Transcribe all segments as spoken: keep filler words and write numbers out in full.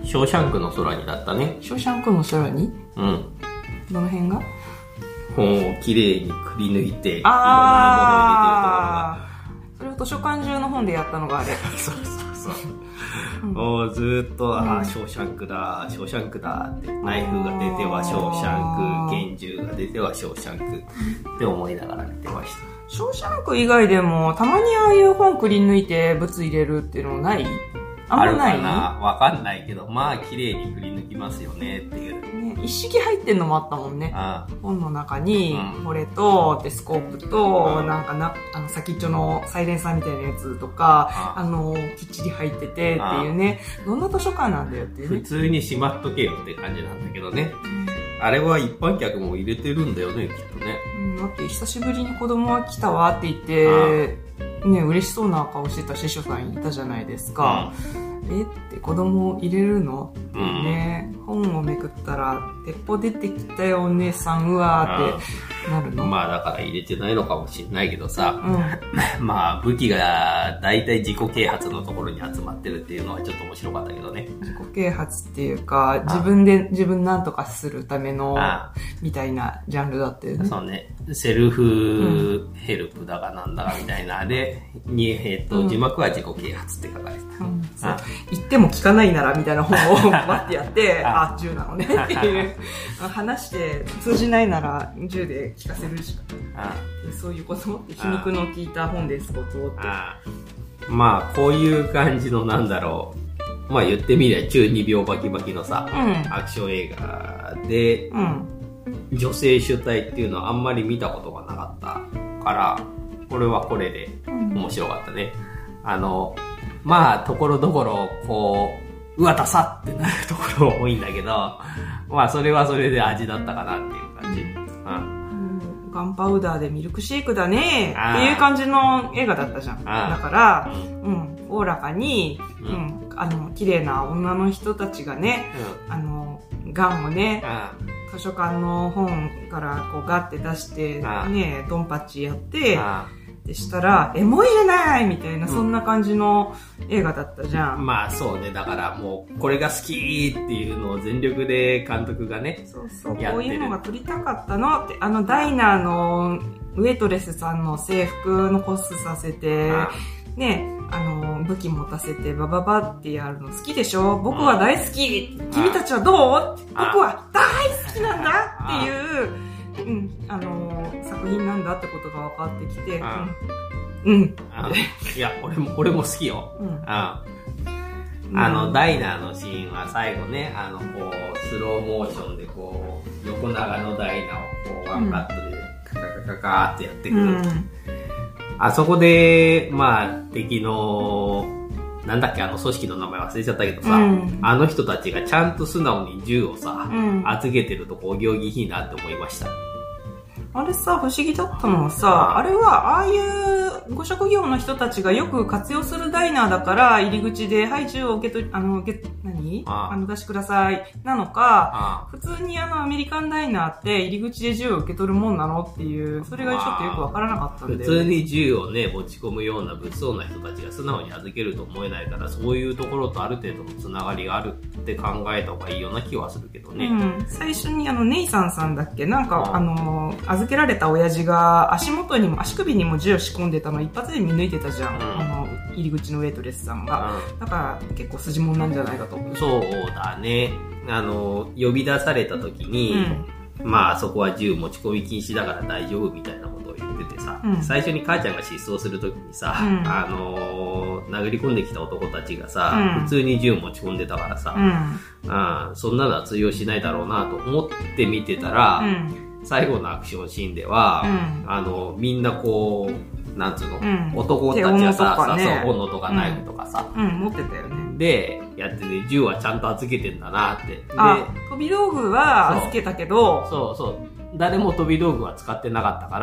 ショーシャンクの空にだったね。 ショーシャンクの空に？ うん。 どの辺が？ 本をきれいにくり抜いて、いろんなものを入れてるところが。それを図書館中の本でやったのがあれ。 そうそうそう。もうずーっと、ああ、ショーシャンクだ、ショーシャンクだって、ナイフが出てはショーシャンク、拳銃が出てはショーシャンクって思いながら見てました。 ショーシャンク以外でも、たまにああいう本くり抜いてブツ入れるっていうのない？あんまない？あるかな？わかんないけど、まあ綺麗にくり抜きますよねっていう。 ね、一式入ってんのもあったもんね。 ああ本の中に、これと、で、スコープと、 うん、 なんかな、あの、先っちょのサイレンサーみたいなやつとか、あ, あの、きっちり入っててっていうね、どんな図書館なんだよっていうね。 普通にしまっとけよって感じなんだけどね。うん、あれは一般客も入れてるんだよね、きっとね。 うん、だって久しぶりに子供が来たわって言って、ね、嬉しそうな顔してた司書さんいたじゃないですか。うんえって子供入れるのってね、うん、本をめくったら鉄砲出てきたよお姉さんうわーってなるの。 まあだから入れてないのかもしれないけどさ、うん、まあ武器が大体自己啓発のところに集まってるっていうのはちょっと面白かったけどね。 自己啓発っていうか自分で自分なんとかするためのみたいなジャンルだっていうね。 そうね。セルフヘルプだかなんだかみたいなで、にえっと、うん、字幕は自己啓発って書かれてた。うん、 そう言っても聞かないならみたいな本を待ってやってああ銃なのねっていう話して通じないなら銃で聞かせるしかないそういうことって皮肉の効いた本ですことってまあこういう感じのなんだろうまあ言ってみりゃ中二病バキバキのさ、うん、アクション映画で、うん、女性主体っていうのはあんまり見たことがなかったからこれはこれで面白かったね、うん、あのまあ、ところどころ、こう、うわ、ダサってなるところ多いんだけど、まあ、それはそれで味だったかなっていう感じ。 うんうん、ガンパウダーでミルクシェイクだねっていう感じの映画だったじゃん。だから、うん、おおらかに、うん、あの、綺麗な女の人たちがね、うん、あの、ガンをね、図書館の本からこうガッて出して、ね、ドンパチやって、でしたら、エモいじゃないみたいな、そんな感じの映画だったじゃん。 まあそうね、だからもう、これが好きっていうのを全力で監督がね、 そうそう、こういうのが撮りたかったのって、あのダイナーのウェイトレスさんの制服のコスさせて、ね、あの、武器持たせてバババってやるの好きでしょ僕は大好き君たちはどう僕は大好きなんだっていう、うん、あのー、作品なんだってことが分かってきて、うん。うん、 いや、俺も、俺も好きよ。うん、ああの、ダイナーのシーンは最後ね、あの、こう、スローモーションでこう、横長のダイナーをこう、ワンカットでカカカカカーってやってくる。うん、あそこで、まあ、敵の、なんだっけ、あの組織の名前忘れちゃったけどさ、うん、あの人たちがちゃんと素直に銃をさ、うん、預けてるとこお行儀いいなって思いました。 あれさ、不思議だったのはさ、あれはああいうご職業の人たちがよく活用するダイナーだから入り口で、はい、銃を受け取り、あの、受け、何あの、出してください。なのか、普通にあの、アメリカンダイナーって入り口で銃を受け取るもんなのっていう、それがちょっとよくわからなかったんで。 普通に銃をね、持ち込むような物騒な人たちが素直に預けると思えないから、そういうところとある程度のつながりがあるって考えた方がいいような気はするけどね。うん。 最初にあの、ネイサンさんだっけなんか、あの、預けられた親父が足元にも足首にも銃を仕込んでたの一発で見抜いてたじゃん、うん、あの入り口のウェイトレスさんが、うん、だから結構筋もんなんじゃないかと。 そうだね、あの呼び出された時に、うん、まあそこは銃持ち込み禁止だから大丈夫みたいなことを言っててさ、うん、最初に母ちゃんが失踪する時にさ、うん、あの殴り込んできた男たちがさ、うん、普通に銃持ち込んでたからさ、うん、あそんなのは通用しないだろうなと思って見てたら、うん最後のアクションシーンでは、うん、あの、みんなこう、なんつうの、うん、男たちはさ、ね、さ、そう、斧とかナイフとかさ、 うん、うん、持ってたよね。 で、やってて、銃はちゃんと預けてんだなって。で、 飛び道具は預けたけど、 そうそうそう、誰も飛び道具は使ってなかったから、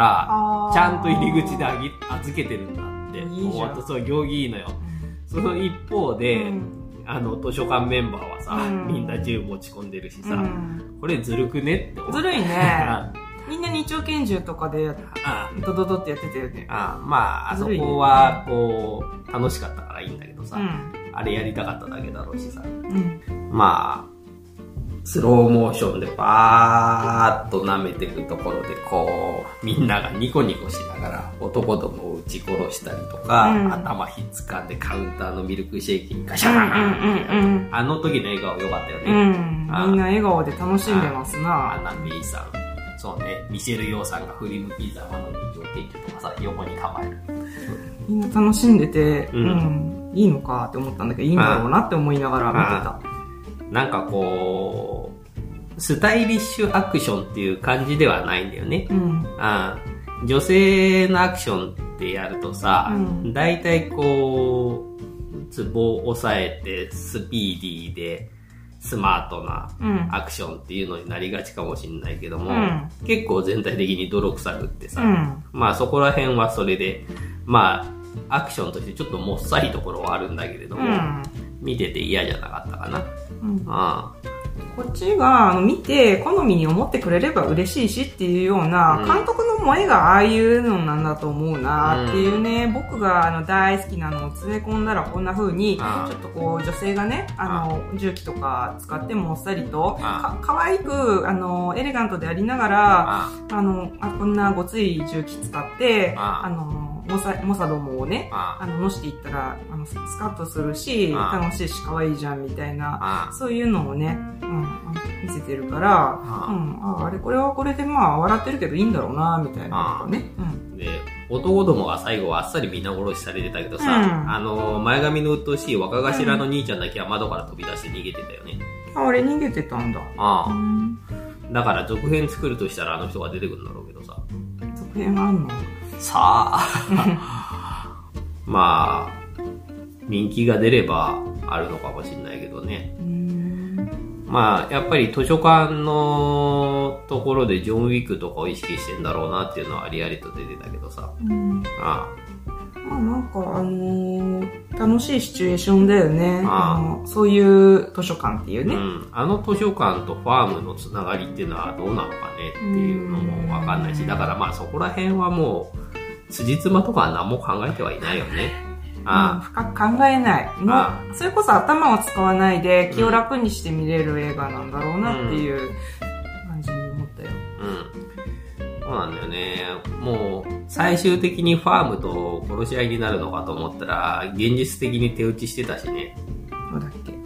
ちゃんと入り口であぎ預けてるんだって。いいじゃん。そう、行儀いいのよ。その一方で、うんあの、図書館メンバーはさ、うん、みんな銃持ち込んでるしさ、うん、これずるくねって思った。 ずるいね。みんな二丁拳銃とかで、ドドドってやってたよね。 ああまあ、あそこは、こう、楽しかったからいいんだけどさ、うん、 あれやりたかっただけだろうしさ。うん、まあ、スローモーションでバーッと舐めていくところで、こう、みんながニコニコしながら男どもを撃ち殺したりとか、うん、頭ひっつかんでカウンターのミルクシェイキにガシャーン、あの時の笑顔良かったよね。うん、 みんな笑顔で楽しんでますな。 アナメイさん。そうね、ミシェル・ヨーさんが振り向きざまの人情研究とかさ、横に構える。 みんな楽しんでて、うん、うん、いいのかって思ったんだけど、いいんだろうなって思いながら見てた。 なんかこう、スタイリッシュアクションっていう感じではないんだよね。うん、あ女性のアクションってやるとさ、だいたいこう、ツボを押さえてスピーディーでスマートなアクションっていうのになりがちかもしれないけども、うん、結構全体的に泥臭くってさ、うん、まあそこら辺はそれで、まあアクションとしてちょっともっさりところはあるんだけれども、うん、見てて嫌じゃなかったかな。うん、ああこっちがあの見て好みに思ってくれれば嬉しいしっていうような、監督の萌えがああいうのなんだと思うなっていうね、うん、僕があの大好きなのを詰め込んだらこんな風に、ちょっとこう女性がね、あの重機とか使ってもっさりとか可愛くあのエレガントでありながら、あのあこんなごつい重機使ってあのモサ、モサどもをね、ああの、のしていったら、あの、スカッとするし、楽しいし、可愛いじゃん、みたいな、そういうのをね、うん、見せてるから、うん、あ、あれ、これはこれでまあ、笑ってるけどいいんだろうな、みたいなことね。うん。 で、男どもが最後はあっさり皆殺しされてたけどさ、うん、あの、前髪の鬱陶しい若頭の兄ちゃんだけは窓から飛び出して逃げてたよね。 うん、あれ、逃げてたんだ。ああ。うん、 だから続編作るとしたらあの人が出てくるんだろうけどさ。 続編あんの？ さあまあ人気が出ればあるのかもしれないけどね。まあやっぱり図書館のところでジョン・ウィックとかを意識してんだろうなっていうのはありありと出てたけどさ。ああまあなんかあのー、楽しいシチュエーションだよね。ああのそういう図書館っていうね、うん、 あの図書館とファームのつながりっていうのはどうなのかねっていうのもわかんないし、だからまあそこら辺はもう辻褄とかは何も考えてはいないよね。 ああ、うん、深く考えないああ、それこそ頭を使わないで気を楽にして見れる映画なんだろうなっていう感じに思ったよ。うん、うんそうなんだよね。もう最終的にファームと殺し合いになるのかと思ったら現実的に手打ちしてたしね。 そうだっけ？うん。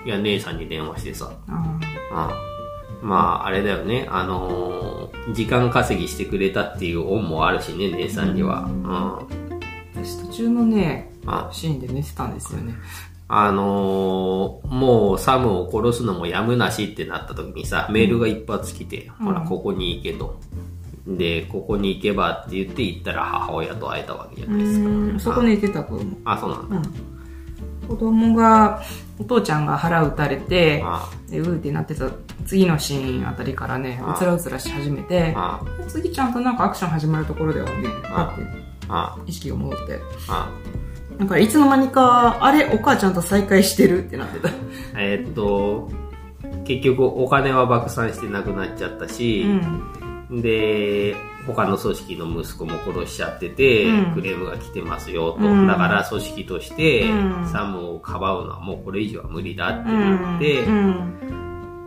いや姉さんに電話してさ。ああ。うん。まああれだよね。あのー、時間稼ぎしてくれたっていう恩もあるしね姉さんには。うん。 うん、私途中のねシーンで寝てたんですよね。 あのー、もうサムを殺すのもやむなしってなった時にさメールが一発来て、うん、ほらここに行けと。で、ここに行けばって言って行ったら母親と会えたわけじゃないですか。 そこに行ってた子供。 あ、そうなんだ。うん、 子供が、お父ちゃんが腹打たれて、ああでうーってなってた次のシーンあたりからね、うつらうつらし始めて、ああ次ちゃんとなんかアクション始まるところではね、あって意識が戻って。ああだからいつの間にか、あれ、お母ちゃんと再会してるってなってた。 えっと、結局お金は爆散してなくなっちゃったし、うんで他の組織の息子も殺しちゃってて、うん、クレームが来てますよと、うん、だから組織として、うん、サムをかばうのはもうこれ以上は無理だってなって、うん、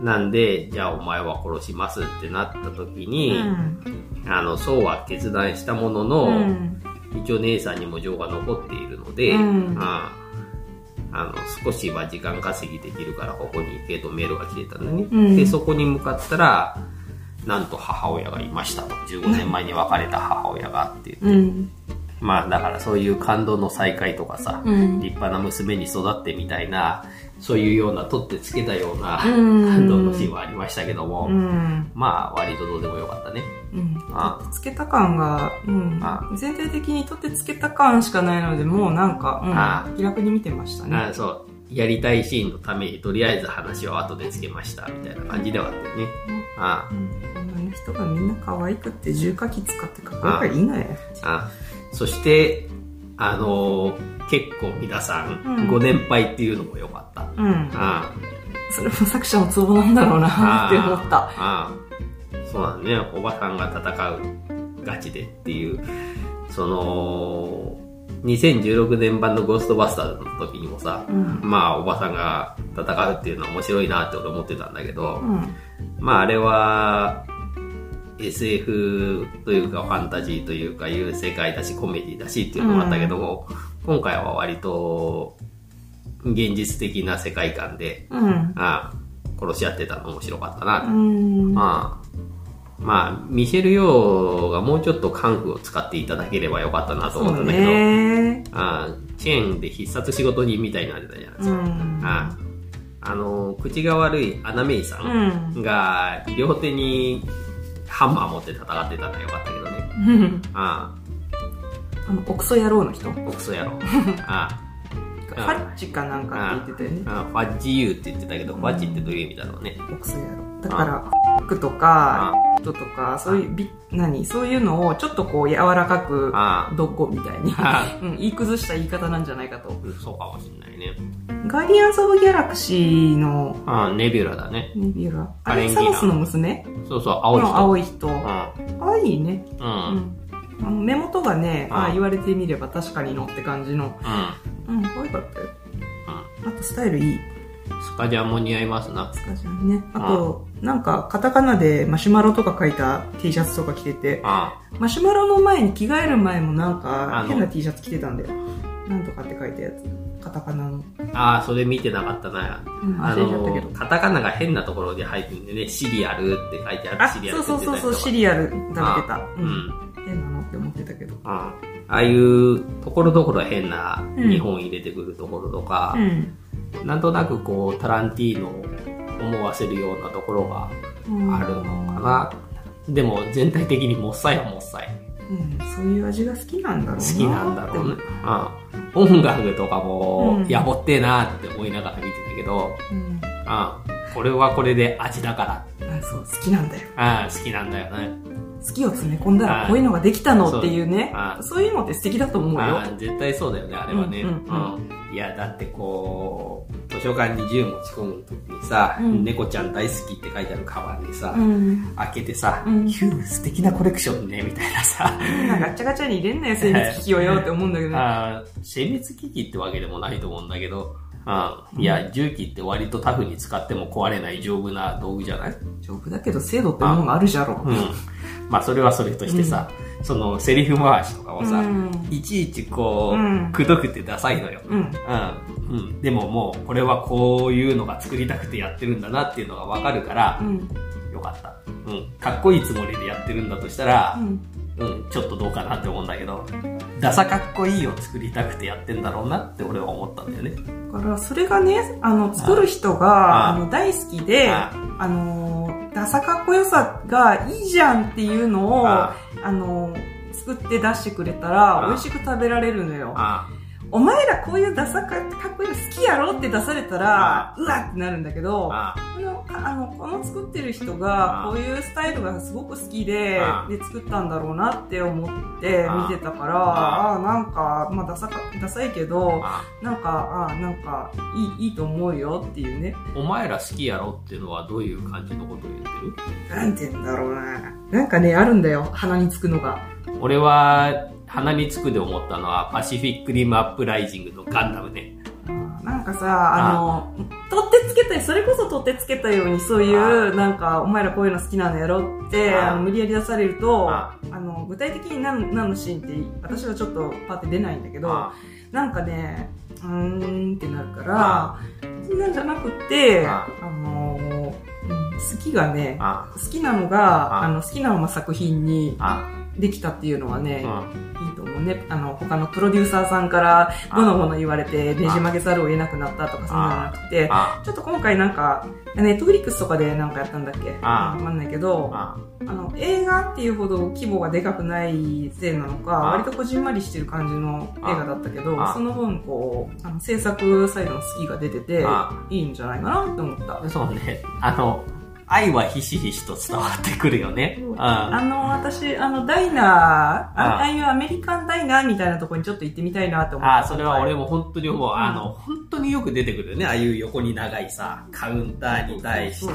なんでじゃあお前は殺しますってなった時に、あのそうは決断したものの、一応姉さんにも情が残っているので、ああの少しは時間稼ぎできるからここに行けとメールが来てたんだね、でそこに向かったらなんと母親がいましたと。じゅうごねんまえに別れた母親がって言って、うん、まあだからそういう感動の再会とかさ、うん、立派な娘に育ってみたいなそういうような取ってつけたような、うん、感動のシーンはありましたけども、うん、まあ割とどうでもよかったね、 うん、あ取ってつけた感が、うん、あ全体的に取ってつけた感しかないのでもうなんか、うん、あ気楽に見てましたね。 あそうやりたいシーンのためにとりあえず話を後でつけましたみたいな感じではあったよね、うん、ああ、うん女の人がみんな可愛くって重火器使ってかっこよくいいのよ。 ああそしてあのー、結構皆さん、うん、ご年配っていうのも良かった、うん、ああそれも作者のツボなんだろうなって思った。ああそうなんねおばさんが戦うガチでっていうそのにせんじゅうろくねん版のゴーストバスターズの時にもさ、うん、まあおばさんが戦うっていうのは面白いなって俺思ってたんだけど、うん、まああれは エスエフ というかファンタジーというかいう世界だしコメディだしっていうのもあったけども、うん、今回は割と現実的な世界観で、うん、ああ殺し合ってたの面白かったな、うん、まあまあ、ミシェル・ヨーがもうちょっとカンフーを使っていただければよかったなと思ったんだけど、あチェーンで必殺仕事人みたいになってたじゃないですか。うん、ああの口が悪いアナメイさんが両手にハンマー持って戦ってたらよかったけどね。うん、ああの、オクソ野郎の人オクソ野郎。あファッチかなんかって言ってたよね。 ああファッジユーって言ってたけど、ファッチってどういう意味だろうね。 オクソ野郎。だから、フックとか、とか、そういう、び、何そういうのをちょっとこう柔らかく、どっこみたいに、うん、言い崩した言い方なんじゃないかと。 そうかもしれないね。 ガーディアンズ・オブ・ギャラクシーの、 ああ、ネビュラだね。 ネビュラ。あれ、サノスの娘そうそう、青い人。 青い人。ああ、いいね。うん。あの目元がね、ああ、言われてみれば確かにのって感じの。うん。うん、可愛かったよ。うん。あと、スタイルいい。 スカジャンも似合いますな。 スカジャンね。あと、なんか、カタカナでマシュマロとか書いた T シャツとか着てて、マシュマロの前に着替える前もなんか、変な T シャツ着てたんだよ。なんとかって書いたやつ。カタカナの。 ああ、それ見てなかったな。うん、あの、カタカナが変なところで入ってるんでね、シリアルって書いてあるシリアルって言ってたりとか。そうそうそう、シリアル食べてた。うん。変なのって思ってたけど。 ああいうところどころ変な日本入れてくるところとか、うんなんとなくこうタランティーノを思わせるようなところがあるのかな。でも全体的にもっさいはもっさい。 うん、そういう味が好きなんだろうな。 好きなんだろうね。うん、音楽とかもやぼってえなって思いながら見てたけど、うん、あこれはこれで味だから。 あそう好きなんだよ。 あ好きなんだよね。 好きを詰め込んだらこういうのができたのっていうね。そういうのって素敵だと思うよ。 絶対そうだよね、あれはね。うんうんうんいや、だってこう、図書館に銃持ち込むときにさ、うん、猫ちゃん大好きって書いてあるカバンにさ、うん、開けてさ、うん、ヒュー素敵なコレクションね、みたいなさ。 ガチャガチャに入れんなよ、精密機器をよって思うんだけどね。 あ精密機器ってわけでもないと思うんだけど、あいや、重機って割とタフに使っても壊れない丈夫な道具じゃない？ 丈夫だけど精度ってものがあるじゃろ。 うん。まあそれはそれとしてさ、うん、そのセリフ回しとかをさ、うん、いちいちこう、うん、くどくてダサいのよ。うん。うん。うん。でももう、これはこういうのが作りたくてやってるんだなっていうのがわかるから、うん、よかった。うん。かっこいいつもりでやってるんだとしたら、うんうん、ちょっとどうかなって思うんだけど、ダサかっこいいを作りたくてやってんだろうなって俺は思ったんだよね。 だからそれがね、あの、作る人が、あの、大好きで、あの、ダサかっこよさがいいじゃんっていうのを、あの、作って出してくれたら、美味しく食べられるのよ。お前らこういうダサかかっこいいの好きやろって出されたら、うわってなるんだけど、あの、あの、この作ってる人が、こういうスタイルがすごく好きで、で、作ったんだろうなって思って見てたから、ああ、なんか、まあ、ダサか、ダサいけど、なんか、ああ、なんか、いい、いいと思うよっていうね。 お前ら好きやろっていうのはどういう感じのことを言ってる？なんて言うんだろうな。なんかね、あるんだよ、鼻につくのが。 俺は、鼻につくで思ったのは、パシフィックリムアップライジングのガンダムね。 なんかさ、あの、取ってつけたい、それこそ取ってつけたように、そういう、なんか、お前らこういうの好きなのやろって、あの無理やり出されると、あの、具体的に何、何のシーンって、私はちょっとパって出ないんだけど、なんかね、うーんってなるから、そんなんじゃなくて、あの、好きがね、好きなのが、あの、好きなまま作品に、できたっていうのはね、うん、いいと思うね。あの、他のプロデューサーさんから、ものもの言われて、ねじ曲げざるを得なくなったとか、そんなのなくて、ちょっと今回なんか、ネットフリックスとかでなんかやったんだっけわかんないけど、あの、映画っていうほど規模がでかくないせいなのか、割とこじんまりしてる感じの映画だったけど、その分、こう、あの制作サイドの好きが出てて、いいんじゃないかなって思った。 そうね。あの、 愛はひしひしと伝わってくるよね。うん、 あの、私、あの、ダイナー、あ, ああいうアメリカンダイナーみたいなところにちょっと行ってみたいなって思って。 ああ、それは俺も本当に思う。うん、あの、本当によく出てくるよね。ああいう横に長いさ、カウンターに対して、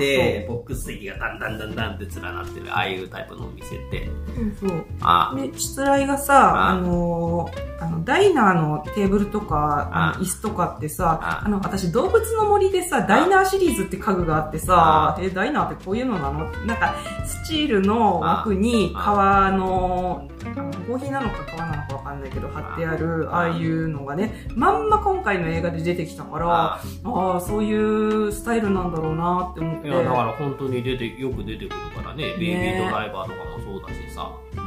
ボックス席がだんだんだんだんって連なってる、ああいうタイプのお店って。 そうそう。ああで、しつらいがさ、あ, あの、あの、ダイナーのテーブルとか、あの椅子とかってさ、あ, あの、私、動物の森でさ、ダイナーシリーズって家具があってさ、え、ダイナーってこういうのなの？なんか、スチールの枠に革の、合皮なのか革なのかわかんないけど、貼ってある、ああいうのがね、まんま今回の映画で出てきたから、ああ、そういうスタイルなんだろうなって思って。 いや、だから本当に出て、よく出てくるからね、ベイビードライバーとかもそうだしさ。うん。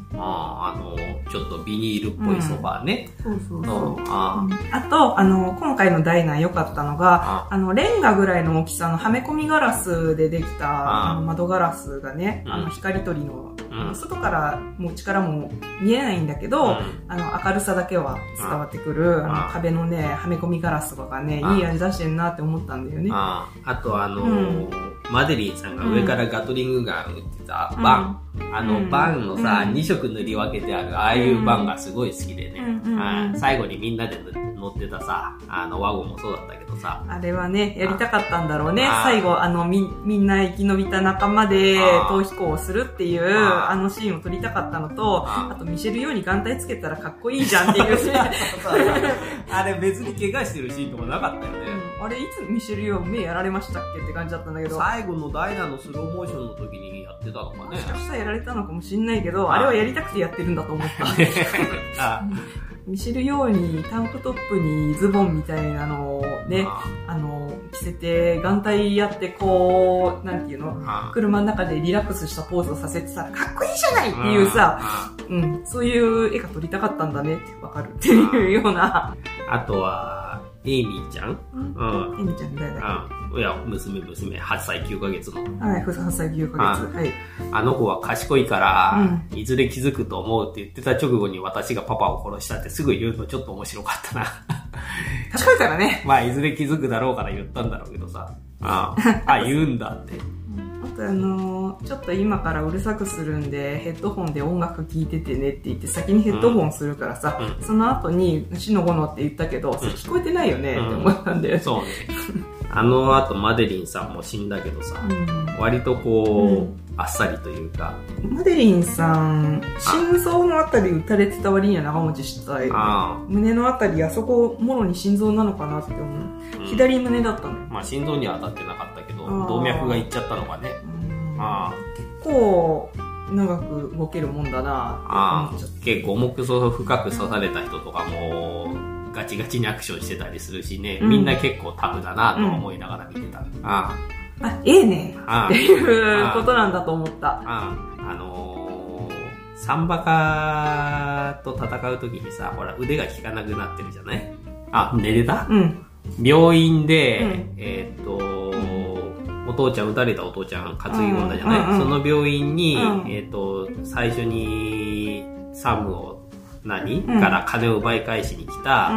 あ, あの、ちょっとビニールっぽいソファーね。 うん、そうそうそう。あ, うん、あと、あの、今回のダイナー良かったのが、あ, あの、レンガぐらいの大きさのはめ込みガラスでできたあの窓ガラスがね、うん、あの、光取りの、うん、外からも内からも見えないんだけど、うん、あの、明るさだけは伝わってくる、あの、壁のね、はめ込みガラスとかがね、いい味出してるなって思ったんだよね。 あ, あと、あのー、うんマデリンさんが上からガトリングガン撃ってたバン、うん、あのバンのさ、うん、に色塗り分けてあるああいうバンがすごい好きでね、うん、最後にみんなで乗ってたさあのワゴンもそうだったけどさあれはねやりたかったんだろうね。最後あの み, みんな生き延びた仲間で逃避行をするっていうあのシーンを撮りたかったのと あ, あとミシェル・ヨーに眼帯つけたらかっこいいじゃんっていうあれ別に怪我してるシーンとかなかったよね、 うん、あれいつミシェル・ヨー目やられましたっけって感じだったんだけど最後のダイナのスローモーションの時にやってたのかね。 もしかしたらやられたのかもしんないけど、あれはやりたくてやってるんだと思った。あミシェル・ヨーにタンクトップにズボンみたいなのをね、あの、着せて、眼帯やってこう、なんていうの、車の中でリラックスしたポーズをさせてさ、かっこいいじゃないっていうさ、うん、そういう絵が撮りたかったんだねってわかるっていうような。 あとは、エイミーちゃん、 うん、エイミーちゃん誰だっけ？いや、娘、娘、はっさいきゅうかげつの。 はい、はっさいきゅうかげつ。はい。 あの子は賢いから、うん、いずれ気づくと思うって言ってた直後に私がパパを殺したってすぐ言うのちょっと面白かったな。 賢いからね。 まあ、いずれ気づくだろうから言ったんだろうけどさ。ああ、言うんだって。 あとあのー、ちょっと今からうるさくするんでヘッドホンで音楽聴いててねって言って先にヘッドホンするからさ、うん、その後に死のごのって言ったけど、うん、それ聞こえてないよねって思ったんで、うん、 そうねあの後マデリンさんも死んだけどさ、うん、割とこう、うん、あっさりというかマデリンさん心臓のあたり打たれてた割には長持ちしたい胸のあたりあそこもろに心臓なのかなって思う、うん、左胸だったのよ。 まあ心臓には当たってなかったけど動脈がいっちゃったのがね、 うん、あ結構長く動けるもんだなって思っちゃって。 結構重くそう深く刺された人とかもガチガチにアクションしてたりするしね、うん、みんな結構タフだなと思いながら見てた、うん、あああええねっていうことなんだと思った。あああのー、サンバカと戦う時にさほら腕が効かなくなってるじゃない。あ寝れた、うん、病院で、うん、えー、っとお父ちゃん撃たれたお父ちゃん担ぎ込んだじゃない、うんうんうん、その病院に、うん、えー、っと最初にサムを何、うん、から金を奪い返しに来た、うん、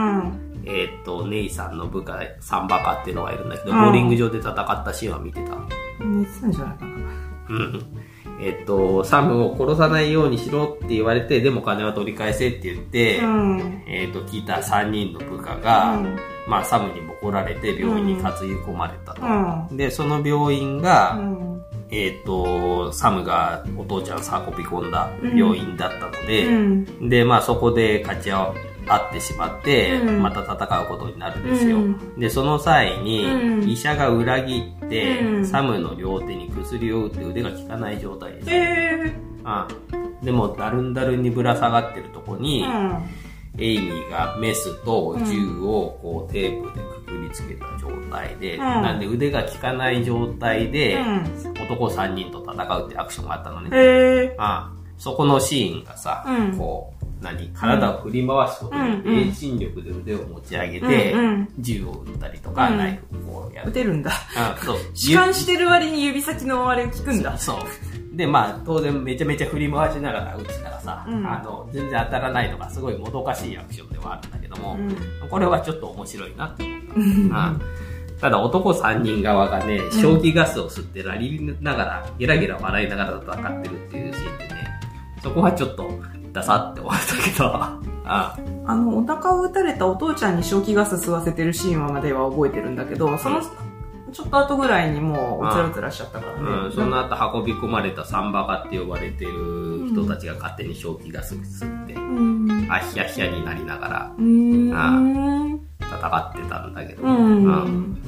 えー、っとネイさんの部下サンバカっていうのがいるんだけど、うん、ボーリング場で戦ったシーンは見てた。 寝てたんじゃないかな。 うんえー、っとサムを殺さないようにしろって言われてでも金は取り返せって言って、うん、えー、っと来たさんにんの部下が、うんまあ、サムにボコられて病院に担ぎ込まれたと、うん、でその病院が、うんえー、とサムがお父ちゃんさ運び込んだ病院だったので、うん、でまあそこで勝ち合ってしまって、うん、また戦うことになるんですよ、うん、でその際に、うん、医者が裏切って、うん、サムの両手に薬を打って腕が効かない状態です、えー、うん、でもだるんだるんにぶら下がってるとこに、うんエイミーがメスと銃をこうテープでくくりつけた状態で、うん、なんで腕が効かない状態で、うん、男さんにんと戦うってアクションがあったのね。へああそこのシーンがさ、うん、こう何体を振り回すことで遠心力で腕を持ち上げて、うんうん、銃を撃ったりとか、うん、ナイフをこうやる。 撃てるんだ。あそう弛緩してる割に指先のあれ効くんだ。 そう。そうで、まあ、当然めちゃめちゃ振り回しながら打つからさ、うん、あの、全然当たらないのがすごいもどかしいアクションではあるんだけども、うん、これはちょっと面白いなって思った。うん、 ただ男さんにん側がね、消気ガスを吸ってラリりながら、ゲラゲラ笑いながら戦ってるっていうシーンでね、そこはちょっとダサって思ったけど、あああの、お腹を撃たれたお父ちゃんに消気ガス吸わせてるシーンまでは覚えてるんだけど、その、ちょっと後ぐらいにもう、うつらうつらしちゃったからね。 うん、その後運び込まれたサンバカって呼ばれてる人たちが勝手に消気ガス吸って、うん、あヒヤヒヤになりながら、うん、戦ってたんだけど、うんうん、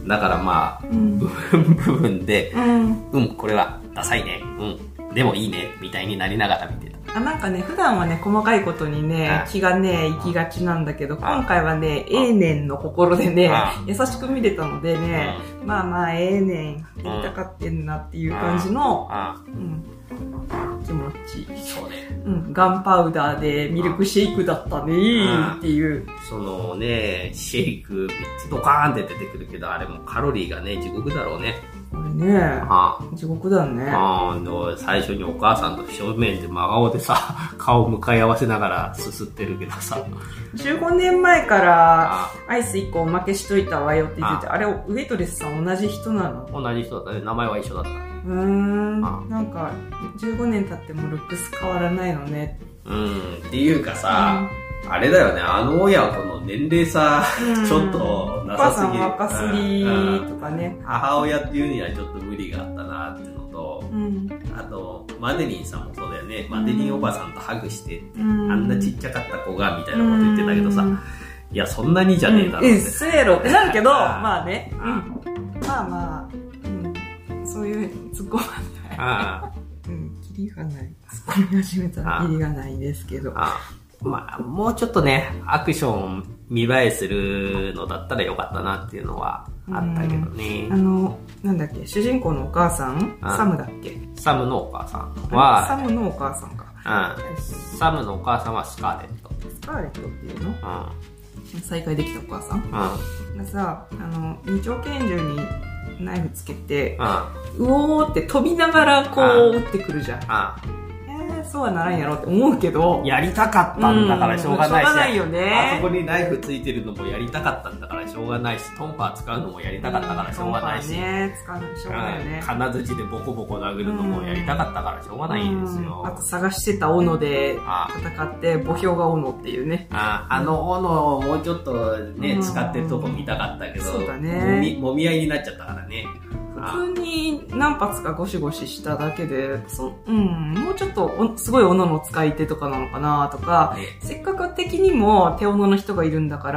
だからまあ、うん、部分部分で、うん、うん、これはダサいね、うん、でもいいね、みたいになりながら見てた。 あ、なんかね、普段はね、細かいことにね、気がね、行きがちなんだけど、今回はね、ええねんの心でね、優しく見れたのでね、まあまあ、ええねんって言いたかってんなっていう感じの、うん、気持ち。 そうね。 うん、ガンパウダーでミルクシェイクだったねっていう。 そのね、シェイクみっつドカーンって出てくるけど、あれもカロリーがね、地獄だろうね。 これね、ああ地獄だね。 ああ、最初にお母さんと正面で真顔でさ、顔向かい合わせながらすすってるけどさ。 じゅうごねんまえからアイスいっこおまけしといたわよって言ってて、あれ、ウェイトレスさん同じ人なの？ 同じ人だったね。名前は一緒だった。うーん。なんか、じゅうごねん経ってもルックス変わらないのね。 うん。っていうかさ、うん、あれだよね、あの親子の年齢差、うん、ちょっとなさすぎる。 お母さん若すぎとかね、 うん。母親っていうにはちょっと無理があったなっていうのと、うん、あと、マデリンさんもそうだよね。マデリンおばさんとハグして、うん、あんなちっちゃかった子がみたいなこと言ってたけどさ、うん、いや、そんなにじゃねえだろって。 うん、せーろってなるけど、まあね、うん、まあまあ、うん、そういう突っ込まない。うん、キリがない。突っ込み始めたらキリがないですけど。 ああまあ、もうちょっとね、アクション見栄えするのだったらよかったなっていうのはあったけどね。 あの、なんだっけ、主人公のお母さんサムだっけサムのお母さんは、 サムのお母さんか。 うん。サムのお母さんはスカーレット。 スカーレットっていうのうん。再会できたお母さんうん。がさ、あの、二丁拳銃にナイフつけて、うん、うおーって飛びながらこう撃ってくるじゃん。うんそうはならんやろって思うけど。 やりたかったんだからしょうがないし。 しょうがないよね。 あそこにナイフついてるのもやりたかったんだからしょうがないし、トンパー使うのもやりたかったからしょうがないし。 トンパーね、使うのしょうがないよね。 金槌でボコボコ殴るのもやりたかったからしょうがないんですよ。 あと探してた斧で戦って、墓標が斧っていうね。 あ, あの斧をもうちょっとね、使ってるとこ見たかったけど、 そうだね。 もみ、もみ合いになっちゃったからね。 普通に何発かゴシゴシしただけで、そうん、もうちょっとおすごい斧の使い手とかなのかなとか、ね、せっかく敵にも手斧の人がいるんだから、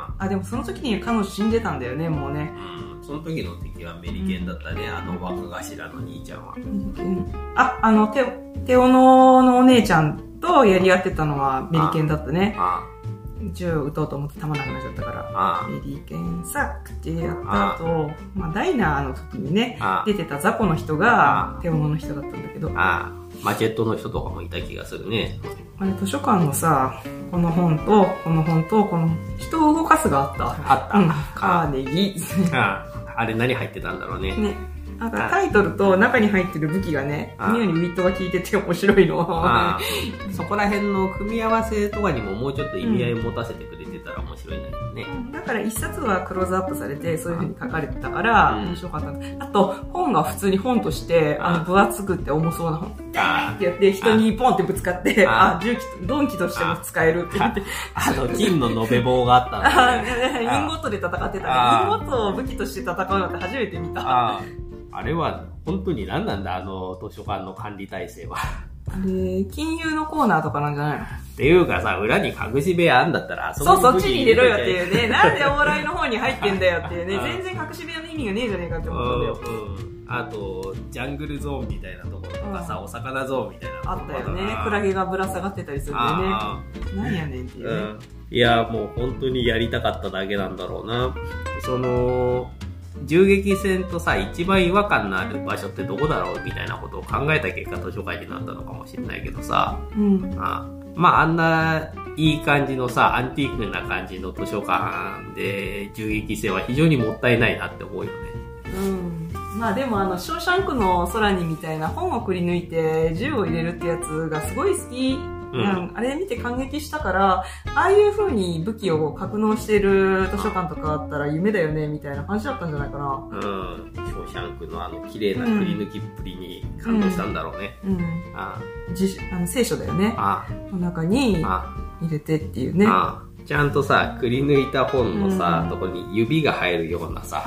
あ、でもその時に彼女死んでたんだよね、もうね。 うん、その時の敵はメリケンだったね、うん、あの若頭の兄ちゃんは。 あ、あの手、手斧のお姉ちゃんとやり合ってたのはメリケンだったね。ああ銃撃とうと思って弾なくなっちゃったから、ああメリケンサックってやった後、あまあダイナーの時にね、出てた雑魚の人が手斧の人だったんだけど、 ああマチェットの人とかもいた気がするね。 あれ図書館のさ、この本と、この本と、この人を動かすがあった。 あった。うん、 カーネギー。 ああ、あれ何入ってたんだろうね。 ね。なんかタイトルと中に入ってる武器がね、妙にウィットが効いてて面白いの。 あそこら辺の組み合わせとかにももうちょっと意味合いを持たせてくれてたら面白いんだけどね。 うん、だから一冊はクローズアップされて、そういう風に書かれてたから、面白かった。あと、本が普通に本として、あの、分厚くって重そうな本。ってやって、人にポンってぶつかって、あ、銃器、鈍器としても使えるって言って。 あの、金の延べ棒があったんだね。インゴットで戦ってた。インゴットを武器として戦うのって初めて見た。 あれは本当に何なんだ、あの図書館の管理体制は。 あれ、金融のコーナーとかなんじゃないの？ っていうかさ、裏に隠し部屋あんだったら、 そう、そっちに入れろよっていうね。なんでお笑いの方に入ってんだよっていうね。全然隠し部屋の意味がねえじゃねえかって思ったんだよ。 うん、あと、ジャングルゾーンみたいなところとかさ、うん、お魚ゾーンみたいなところあったよね。クラゲがぶら下がってたりするんでね。何やねんっていうね、うん。 いや、もう本当にやりたかっただけなんだろうな。その、銃撃戦とさ、一番違和感のある場所ってどこだろうみたいなことを考えた結果図書館になったのかもしれないけどさ、うん、あまああんないい感じのさ、アンティークな感じの図書館で銃撃戦は非常にもったいないなって思うよね。 うん。まあでもあの、ショーシャンクの空にみたいな本をくり抜いて銃を入れるってやつがすごい好きうん、あれ見て感激したから、ああいう風に武器を格納してる図書館とかあったら夢だよね、みたいな感じだったんじゃないかな。 うん。ショーシャンクのあの綺麗なくり抜きっぷりに感動したんだろうね。うん。うん、 ああの聖書だよね。ああの中に入れてっていうね。ああちゃんとさ、くり抜いた本のさ、うん、ところに指が入るようなさ、うん、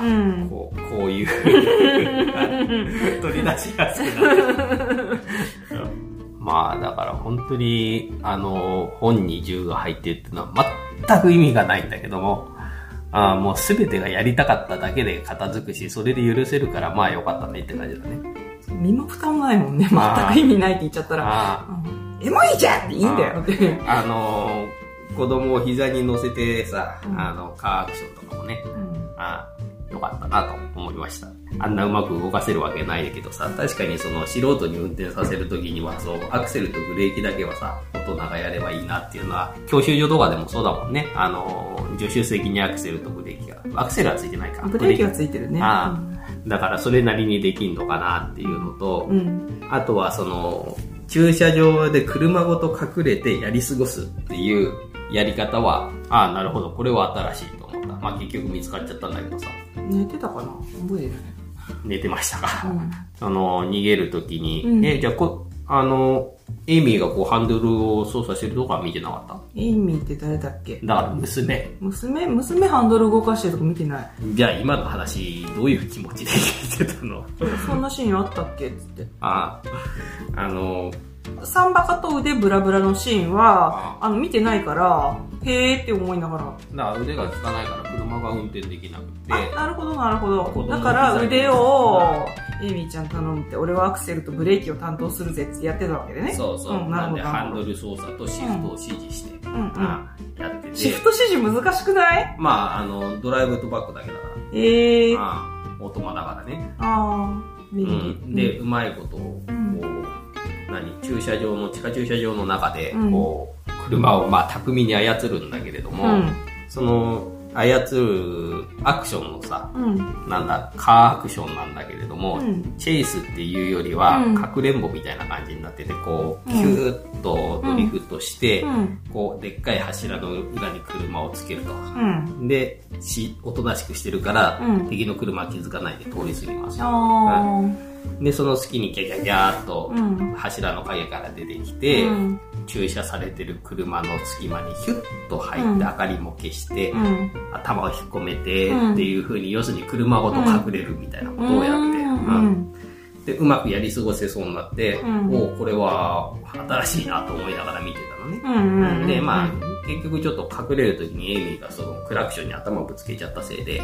こう、こういう取り出しやすくなる。まあ、だから本当に、あの、本に銃が入ってるっていうのは全く意味がないんだけども、あもう全てがやりたかっただけで片付くし、それで許せるから、まあよかったねって感じだね。 身も蓋もないもんね。全く意味ないって言っちゃったら、エモいじゃんっていいんだよって。 あのー、子供を膝に乗せてさ、うん、あの、カーアクションとかもね、うん、あよかったなと思いました。あんなうまく動かせるわけないけどさ、確かにその素人に運転させるときには、そう、アクセルとブレーキだけはさ、大人がやればいいなっていうのは、教習所とかでもそうだもんね。あの、助手席にアクセルとブレーキが、アクセルはついてないか。 ブレーキはついてるね。 ああ、だからそれなりにできんのかなっていうのと、うん、あとはその、駐車場で車ごと隠れてやり過ごすっていうやり方は、ああ、なるほど、これは新しいと思った。まあ結局見つかっちゃったんだけどさ。 寝てたかな覚えてるね。 寝てましたか。うん、その、逃げるときに、うん、え、じゃあこ、あの、エイミーがこうハンドルを操作してるとこは見てなかった？ エイミーって誰だっけ？ だから娘。 娘娘ハンドル動かしてるとこ見てない。 じゃあ今の話、どういう気持ちで聞いてたの？ そんなシーンあったっけっつって。 ああ、あの、 サンバカと腕ブラブラのシーンは、あの、見てないから、へーって思いながら。だから腕が効かないから車が運転できなくて。 あ、なるほどなるほど。だから腕を、エイミーちゃん頼むって、俺はアクセルとブレーキを担当するぜってやってたわけでね。 そうそう。うん、なのでハンドル操作とシフトを指示して、うんうんうん、やってて。 シフト指示難しくない？ まあ、あの、ドライブとバックだけだから。 えー。 ああ、オートマだからね。 ああ、 うん、で、うまいことを、こう、何駐車場の地下駐車場の中でこう、うん、車をまあ巧みに操るんだけれども、うん、その操るアクションのさ、うん、なんだカーアクションなんだけれども、うん、チェイスっていうよりはかくれんぼみたいな感じになっててこうキューッとドリフトして、うん、こうでっかい柱の裏に車をつけると、うん、でしおとなしくしてるから、敵の車は気づかないで通り過ぎますよ、で、その隙にギャギャギャーっと柱の影から出てきて、うん、駐車されてる車の隙間にヒュッと入って明かりも消して、うん、頭を引っ込めてっていう風に、要するに車ごと隠れるみたいなことをやって、うんうん、で、うまくやり過ごせそうになって、うん、おう、これは新しいなと思いながら見てたのね。うんうん、で、まあ、結局ちょっと隠れる時にエイミーがそのクラクションに頭をぶつけちゃったせいで、うん、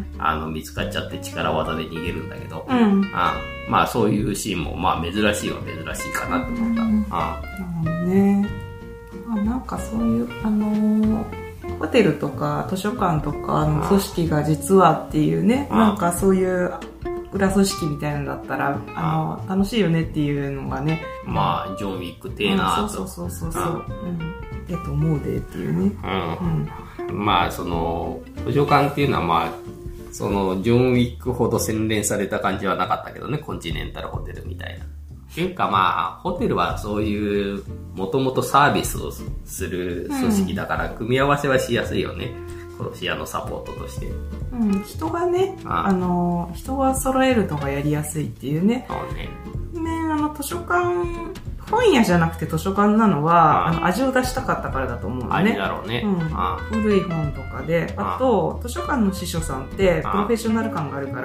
あの見つかっちゃって力技で逃げるんだけど、うん、あまあそういうシーンもまあ珍しいは珍しいかなと思った。うん、あなるほどね。あなんかそういうあのー、ホテルとか図書館とかの組織が実はっていうね、なんかそういう裏組織みたいなのだったらあの楽しいよねっていうのがね。 まあジョンウィックテーナーと。 そうそうそうそうそう。うんえと思うでっていうね、 うんうん、まあその図書館っていうのはまあそのジョンウィックほど洗練された感じはなかったけどね、コンチネンタルホテルみたいな。っていうかまあホテルはそういうもともとサービスをする組織だから組み合わせはしやすいよね、うん、殺し屋のサポートとして、 うん、人がねああの人が揃えるのがやりやすいっていうね。 そうね。 ねあの図書館本屋じゃなくて図書館なのは、あの味を出したかったからだと思うのね。 味だろうね。うん、 古い本とかで、あと図書館の司書さんってプロフェッショナル感があるから、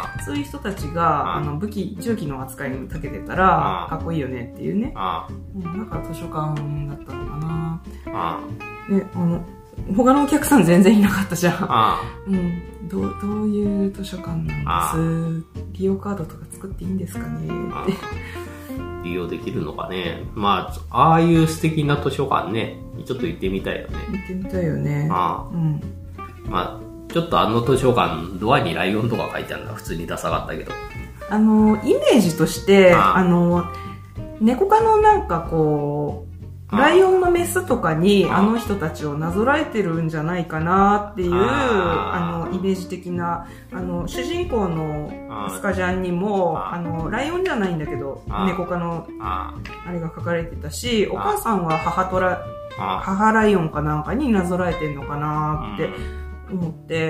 そういう人たちがあの武器銃器の扱いに長けてたらかっこいいよねっていうね。うん、だから図書館だったのかな。で、あの他のお客さん全然いなかったじゃん。うん、どうどういう図書館なんです。利用カードとか作っていいんですかねって。 利用できるのかね。まあ、ああいう素敵な図書館ね、ちょっと行ってみたいよね。 行ってみたいよね。ああ。うん。 まあ、ちょっとあの図書館、ドアにライオンとか書いてあるのは普通にダサかったけど。 あの、イメージとして、あ, あの、猫科のなんかこう、 ライオンのメスとかにあの人たちをなぞらえてるんじゃないかなっていう、あの、イメージ的な、あの、主人公のスカジャンにも、あの、ライオンじゃないんだけど、猫科の、あれが書かれてたし、お母さんは母トラ、母ライオンかなんかになぞらえてんのかなって思って、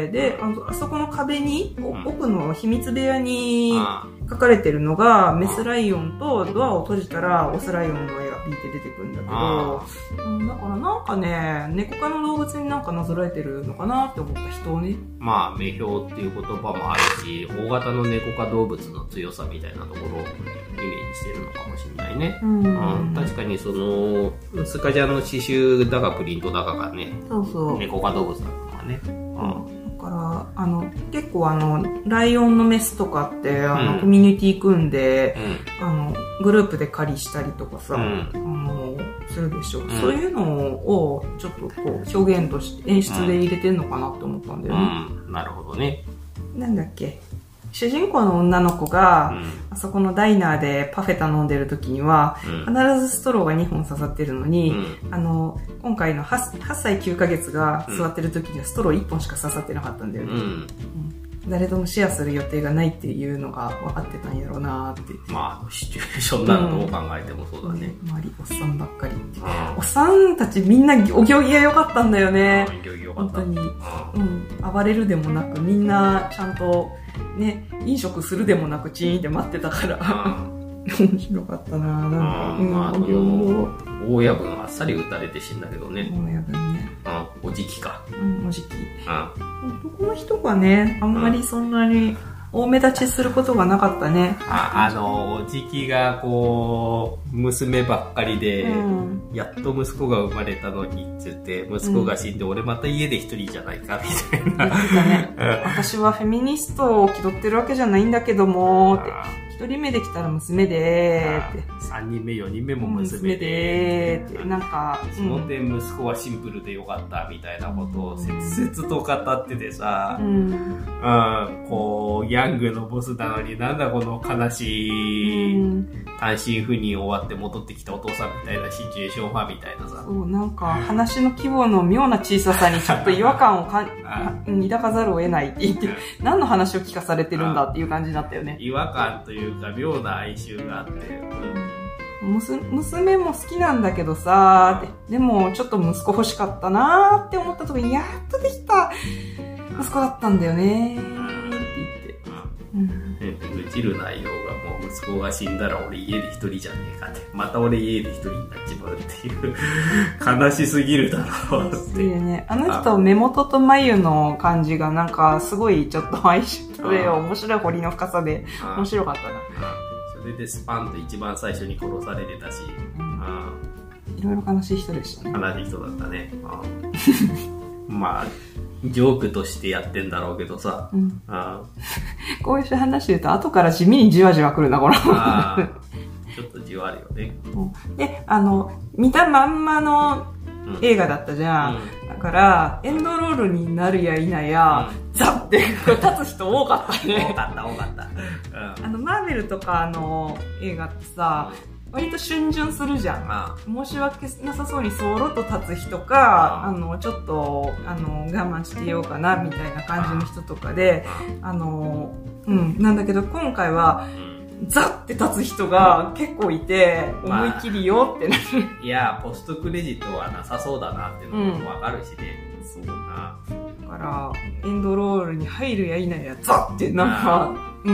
で、あの、あそこの壁に、奥の秘密部屋に書かれてるのが、メスライオンとドアを閉じたらオスライオンの絵がビーって出てくるんだけど、うん、だからなんかね、猫科の動物になんかなぞらえてるのかなって思った人をね。 まあ、目標っていう言葉もあるし、大型の猫科動物の強さみたいなところをイメージしてるのかもしれないね。うん、うん、確かにその、スカジャンの刺繍だかプリントだかがね、そうそう猫科動物だとかね。うん、だからあの結構あのライオンのメスとかってあの、うん、コミュニティ組んで、うん、あのグループで狩りしたりとかさ、うん、あのするでしょ、うん、そういうのをちょっとこう表現として演出で入れてんのかなって思ったんだよね、 うん、なるほどね。 なんだっけ、主人公の女の子が、うん、あそこのダイナーでパフェ頼んでる時には、うん、必ずストローがにほん刺さってるのに、うん、あの、今回の はっさいきゅうかげつが座ってる時にはストローいっぽんしか刺さってなかったんだよね。うんうん、誰ともシェアする予定がないっていうのが分かってたんやろうなーって。 まあ、シチュエーションならどう考えてもそうだね。 うん、周りおっさんばっかりって。おっさんたちみんなお行儀が良かったんだよね。 お行儀良かった。本当に。 うん。暴れるでもなく、みんなちゃんと、ね、飲食するでもなくチーンって待ってたから面白かったなぁ。なんか、うん、まあ、 大夜分あっさり撃たれて死んだけどね。 大夜分ね。 うん、おじきか。 うん、おじき。うん。男の人がね、あんまりそんなに大目立ちすることがなかったね。 あ、あの、おじきがこう、娘ばっかりで、うん、やっと息子が生まれたのにって言って、息子が死んで、うん、俺また家で一人じゃないか、みたいな。 ね、私はフェミニストを気取ってるわけじゃないんだけども、って。一人目できたら娘でーって。 三人目、四人目も娘でーって。なんか、 その点息子はシンプルでよかったみたいなことを切々と語っててさ、うん、うん、こう、ヤングのボスなのになんだこの悲しい、単身赴任終わって戻ってきたお父さんみたいなシチュエーションはみたいなさ。 そう、なんか話の規模の妙な小ささにちょっと違和感をか抱かざるを得ないって言って、何の話を聞かされてるんだっていう感じだったよね。 違和感というか妙な哀愁があって、 うん、娘も好きなんだけどさー、でもちょっと息子欲しかったなーって思った時にやっとできた息子だったんだよねーって言って、 うん、愚痴る内容がもう息子が死んだら俺家で一人じゃねえかって、また俺家で一人になっちまうっていう悲しすぎるだろうって。 ね、あの人目元と眉の感じがなんかすごいちょっと相性で面白い彫りの深さで面白かったな。 それでスパンと一番最初に殺されてたし、うん、 いろいろ悲しい人でしたね。 悲しい人だったね。まあジョークとしてやってんだろうけどさ、うん、あこういう話言うと後から地味にじわじわくるなこのあちょっとじわるよね、 うん、であの見たまんまの映画だったじゃん、うん、だからエンドロールになるや否や、うん、ザッて立つ人多かったね。 多かった多かった、 うん、あのマーベルとかの映画ってさ、割と逡巡するじゃん、ああ申し訳なさそうにそろっと立つ人か、ああのちょっとあの我慢してようかなみたいな感じの人とかで、あのうんなんだけど今回は、うん、ザッて立つ人が結構いて、まあ、思い切りよってなる。 いやポストクレジットはなさそうだなっていうのもわかるしね、 うん、そうなだからエンドロールに入るや否やザッてなんか、うん、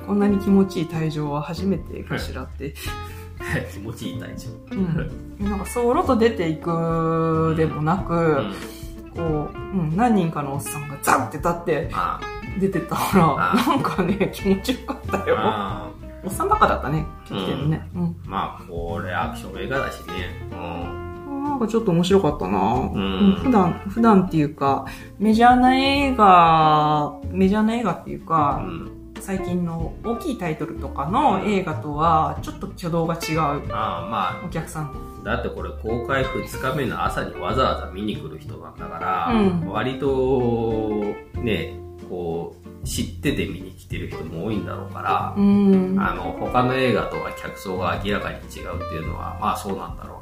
こんなに気持ちいい退場は初めてかしらって気持ちいい退場、 うん、なんかそろっと出ていくでもなく、うん、こう、うん、何人かのおっさんがザッて立って出てたからなんかね気持ちよかったよ。おっさんばっかだったね来てるね、うんうん、 まあこれアクション映画だしね、うん、 なんかちょっと面白かったな、うん、普段普段っていうかメジャーな映画メジャーな映画っていうか、うん最近の大きいタイトルとかの映画とはちょっと挙動が違う。ああまあお客さんだってこれ公開ふつかめの朝にわざわざ見に来る人なんだから、うん、割とねこう知ってて見に来てる人も多いんだろうから、うん、あの他の映画とは客層が明らかに違うっていうのはまあそうなんだろう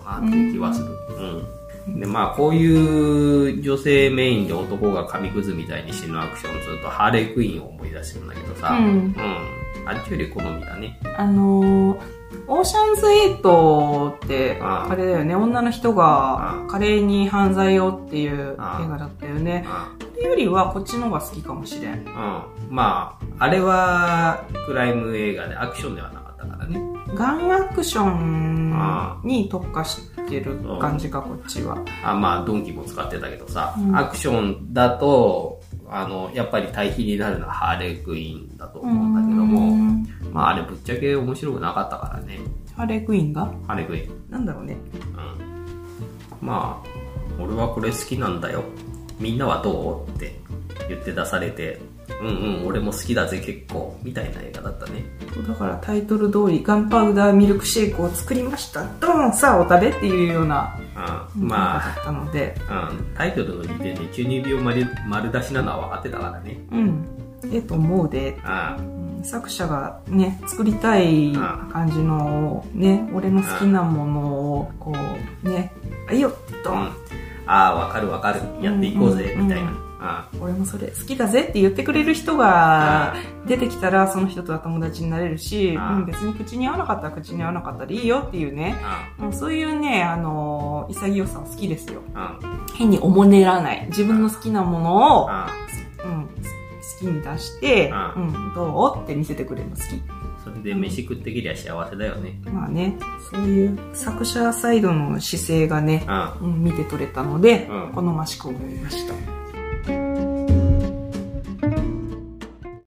なっていう気はする。うん。で、まあ、こういう女性メインで男が紙くずみたいに死ぬアクションすると、ハーレークイーンを思い出してるんだけどさ、うん。うん、あっちより好みだね。 あのー、オーシャンズエイトって、あれだよね、女の人が華麗に犯罪をっていう映画だったよね。それよりはこっちの方が好きかもしれん。うん。 まあ、あれはクライム映画でアクションではなかったからね。 ガンアクションに特化してる感じか、こっちは。 あ、まあ、ドンキも使ってたけどさ、うん、アクションだと、あの、やっぱり対比になるのはハーレークイーンだと思うんだけども、まああれぶっちゃけ面白くなかったからね。 ハーレークイーンがハーレークイーン。 なんだろうね。 うん。まあ、俺はこれ好きなんだよ。みんなはどうって言って出されて、うんうん、俺も好きだぜ結構、みたいな映画だったね。 だからタイトル通り、ガンパウダーミルクシェイクを作りました。ドーンさあお食べっていうような、 うん、まあ、 だったので、 うん、タイトルの時点で中二病丸丸出しなのは分かってたからね。 うん。ええと思うで。ああ、作者がね、作りたい感じのね、俺の好きなものを、こう、ね、あいよ、ドン、うん、 ああ、わかるわかる、やっていこうぜ、みたいな。 ああ、俺もそれ好きだぜって言ってくれる人が出てきたら、その人とは友達になれるし、うん、別に口に合わなかったら口に合わなかったらいいよっていうね、うん、そういうね、あのー、潔さは好きですよ。うん、変におもねらない。自分の好きなものを、うん、好きに出して、うん、どうって見せてくれるの好き。 それで飯食ってきりゃ幸せだよね。 まあね、そういう作者サイドの姿勢がね、うん、見て取れたので、好ましく思いました。